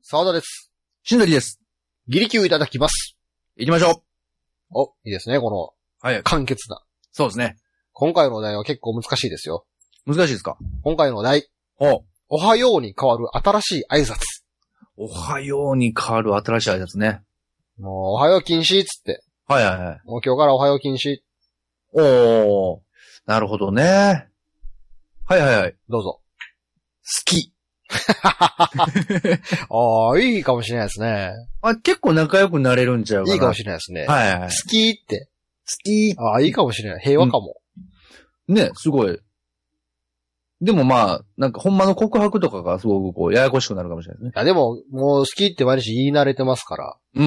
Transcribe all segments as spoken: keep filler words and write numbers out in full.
沢田です。 しんどりです。 ギリキューいただきます。 行きましょう。 お、いいですね、この。はい。簡潔な。 そうですね。 今回のお題は結構難しいですよ。 難しいですか？ 今回のお題。お。おはように変わる新しい挨拶。 おはように変わる新しい挨拶ね。 もう、おはよう禁止っつって。 はいはいはい。 もう今日からおはよう禁止。 おー。なるほどね。はいはいはい。 どうぞ。 好き。 ああ、いいかもしれないですね。 あ、結構仲良くなれるんちゃうかな。 いいかもしれないですね。 はいはい。 好きって。 好き。 ああ、いいかもしれない。平和かも。 うん、ね、すごい。でもまあ、なんかほんまの告白とかがすごくこう、ややこしくなるかもしれないですね。 いやでも、もう好きって毎日言い慣れてますから。 うん。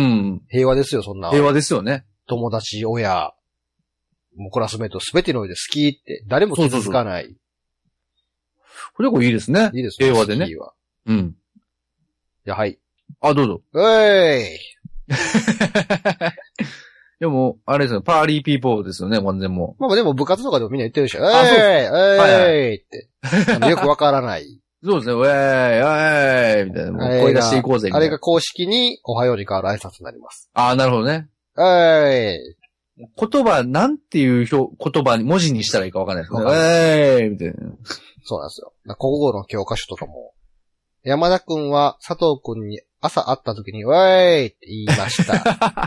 平和ですよ、そんな。 平和ですよね。 友達、親、もうクラスメイトすべての上で好きって、誰も傷つかない。そうそうそうこれ結構いいですね。 いいですね。 平和でね。 好きは。 うん。 じゃあ、はい。 あ、どうぞ。 うえーい。 でも、あれですよ、パーリーピーポーですよね、完全もまあでも部活とかでもみんな言ってるでしょ。えーい、えーいって。よくわからない。 そうですね、ウェーイ、ウェーイみたいな。もう声出していこうぜみたいな。 あれが公式におはように変わる挨拶になります。 ああ、なるほどね。 えーい。 言葉、なんていう表言葉に、文字にしたらいいかわかんないですね。えーいみたいな。 そうなんですよ。国語の教科書とかも、山田くんは佐藤くんに朝会った時に、ウェーイって言いました。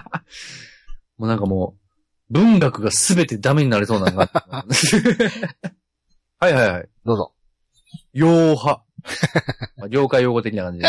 もうなんかもう、文学がすべてダメになりそうなのが。はいはいはい。 どうぞ。 用派。業界用語的な感じで。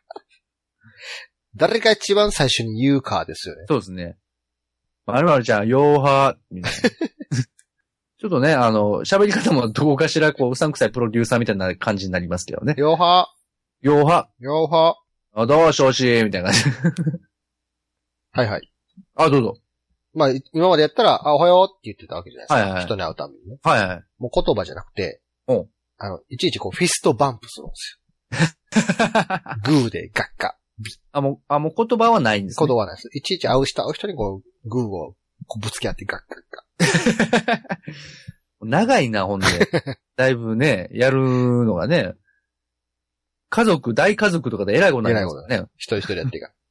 誰が一番最初に言うかですよね。 そうですね。まるまるちゃん、用派。みたいな。ちょっとね、あの、喋り方もどこかしら、こう、うさんくさいプロデューサーみたいな感じになりますけどね。 用派。 用派。 用派。 あ、どうしよし、みたいな感じ。 はいはい。 あ、どうぞ。 まあ、今までやったら、あ、おはようって言ってたわけじゃないですか。 はいはい。 人に会うたびにね。 はいはい。 もう言葉じゃなくて、 うん。 あの、いちいちこう、フィストバンプするんですよ。グーでガッガ。 あ、もう、あ、もう言葉はないんですね。 言葉はないです。いちいち会う人、会う人にこう、グーをこうぶつけ合ってガッガッガ。 長いな、ほんで。だいぶね、やるのがね。家族、大家族とかで偉いことになりますからね。 一人一人やっていか。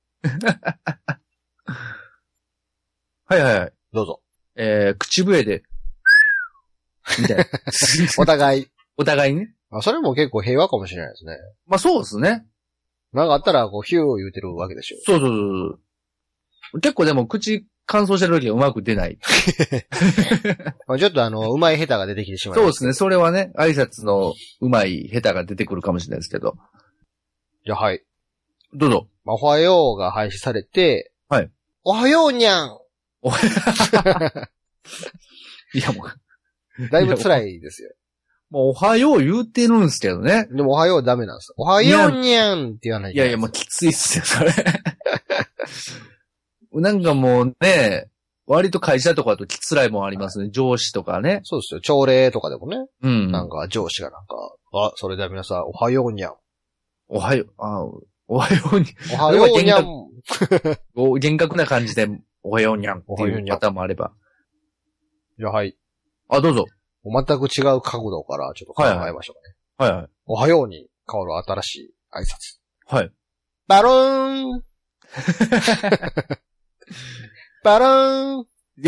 はいはいはい。 どうぞ。 えー、口笛で。みたいな。 お互い。 お互いね。 あ、それも結構平和かもしれないですね。 まあそうですね。 なんかあったら、こう、ヒュー言うてるわけでしょ。 そうそうそうそう。結構でも口乾燥してる時はうまく出ない。 まあちょっとあの、うまい下手が出てきてしまう。 そうですね。それはね、挨拶のうまい下手が出てくるかもしれないですけど。 じゃあはい。 どうぞ。 まあ、おはようが廃止されて、 はい。 おはようにゃんおいやもう。だいぶ辛いですよ。 もうおはよう言うてるんですけどね。 でもおはようダメなんです。おはようにゃんって言わないいやいや、もうきついっすよ、それ。なんかもうね、割と会社とかだときつらいもんありますね。上司とかね。 そうですよ。朝礼とかでもね。 うん。 なんか上司がなんか、あ、それでは皆さん、おはようにゃん。 おはよう、あおはように。 おはようにゃん。 お厳格な感じで、おはようにゃんっていうパターンもあれば。 じゃあはい。 あ、どうぞ。 全く違う角度からちょっと考えましょうね。 はいはい。 おはように変わる新しい挨拶。 はい。 バローンバローン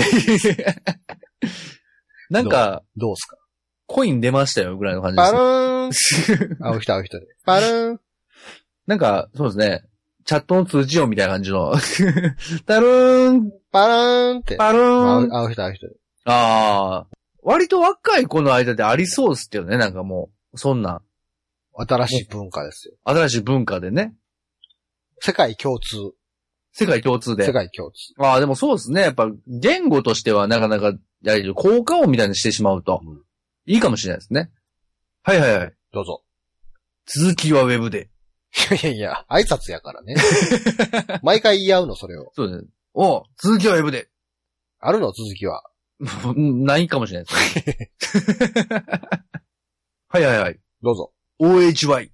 なんか、 どうすかコイン出ましたよぐらいの感じです、 ね。バローン会う人会う人で。バローンなんか、そうですね。チャットの通知音みたいな感じの。タルーンバローンって。 バルーン会う人会う人で。 ああ。割と若い子の間でありそうですけどね、なんかもう、そんな。 新しい文化ですよ。 新しい文化でね。 世界共通。 世界共通で。 世界共通。 ああ、でもそうですね。やっぱ、言語としてはなかなか、やる効果音みたいにしてしまうと、うん、いいかもしれないですね。はいはいはい。 どうぞ。 続きはウェブで。 いやいや、挨拶やからね。毎回言い合うの、それを。 そうですね。お続きはウェブで。 あるの、続きは。 ないかもしれないですね。はいはいはい。 どうぞ。 オーエイチワイ。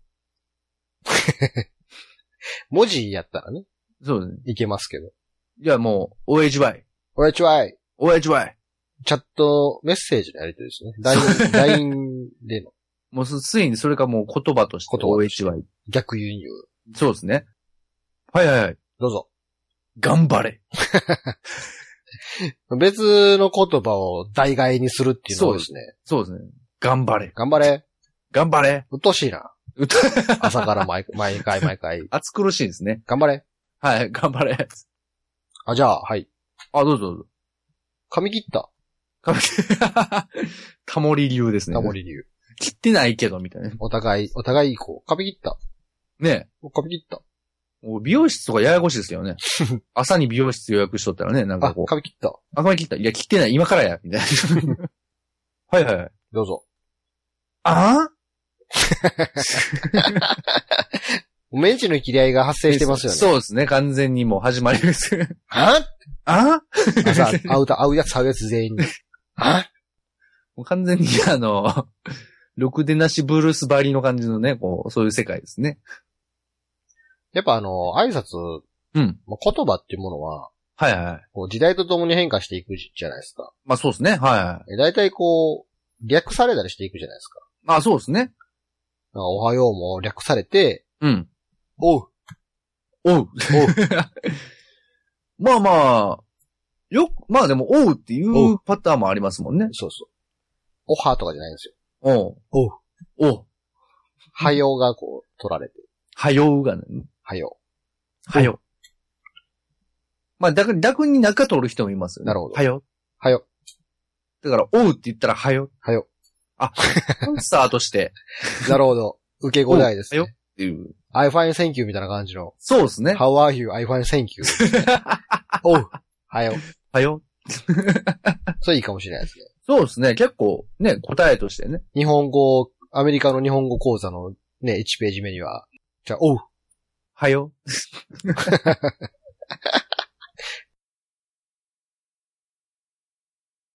文字やったらね。 そうですね。 いけますけど。 じゃあもう、オーエイチワイ。 オーエイチワイ。 オーエイチワイ。 チャット、メッセージのやりとりですね。ライン、ライン での。 もうついにそれがもう言葉として オーエイチワイ。 逆輸入。 そうですね。 はいはいはい。 どうぞ。 頑張れ。 別の言葉を代替えにするっていうのはですね。 そうですね。頑張れ。 頑張れ。 頑張れ。 うっとうしいな。 うっと朝から毎毎回毎回。 暑苦しいですね。 頑張れ。 はい、頑張れ。 あ、じゃあ、はい。 あ、どうぞどうぞ。 髪切った。 髪切った。タモリ流ですね。 タモリ流。 切ってないけど、みたいな。 お互い、お互いこう、髪切った。 ねえ。髪切った。 もう美容室とかややこしいですよね。朝に美容室予約しとったらね、なんかこう。 あ、髪切った。 あ、髪切った。いや、切ってない。今からや。みたいな。はいはいはい。 どうぞ。 あメンチの切り合いが発生してますよね。 そうですね。完全にもう始まりです。 ああ朝、会うた、会うやつ会うやつ全員に。あもう完全にあの、ろくでなしブルースバリの感じのね、こう、そういう世界ですね。 やっぱあの、挨拶、 うん。 言葉っていうものは、 はいはい。 こう時代とともに変化していくじゃないですか。 まあそうですね。はいはい。 だいたいこう、略されたりしていくじゃないですか。 まあそうですね。 おはようも略されて、 うん。 おう。 おう。まあまあ、よく、まあでも、おうっていうパターンもありますもんね。 そうそう。おはとかじゃないんですよ。 おう。 おう。 おう。 はようがこう、取られて。 はようがね。 はよう。はよ。まあ、だから逆に中取る人もいますよね。 なるほど。 はよ。 はよ。 だから、おうって言ったらはよ。 はよ。 あ、コンサートして。 なるほど。受け答えですね。 はよっていう。 I find thank you みたいな感じの。 そうですね。 How are you? I find thank you. おう。はよ。 はよ。 それいいかもしれないですね。 そうですね。結構ね、答えとしてね。 日本語、アメリカの日本語講座のね、いちページ目には、じゃあ、おう。 はよ。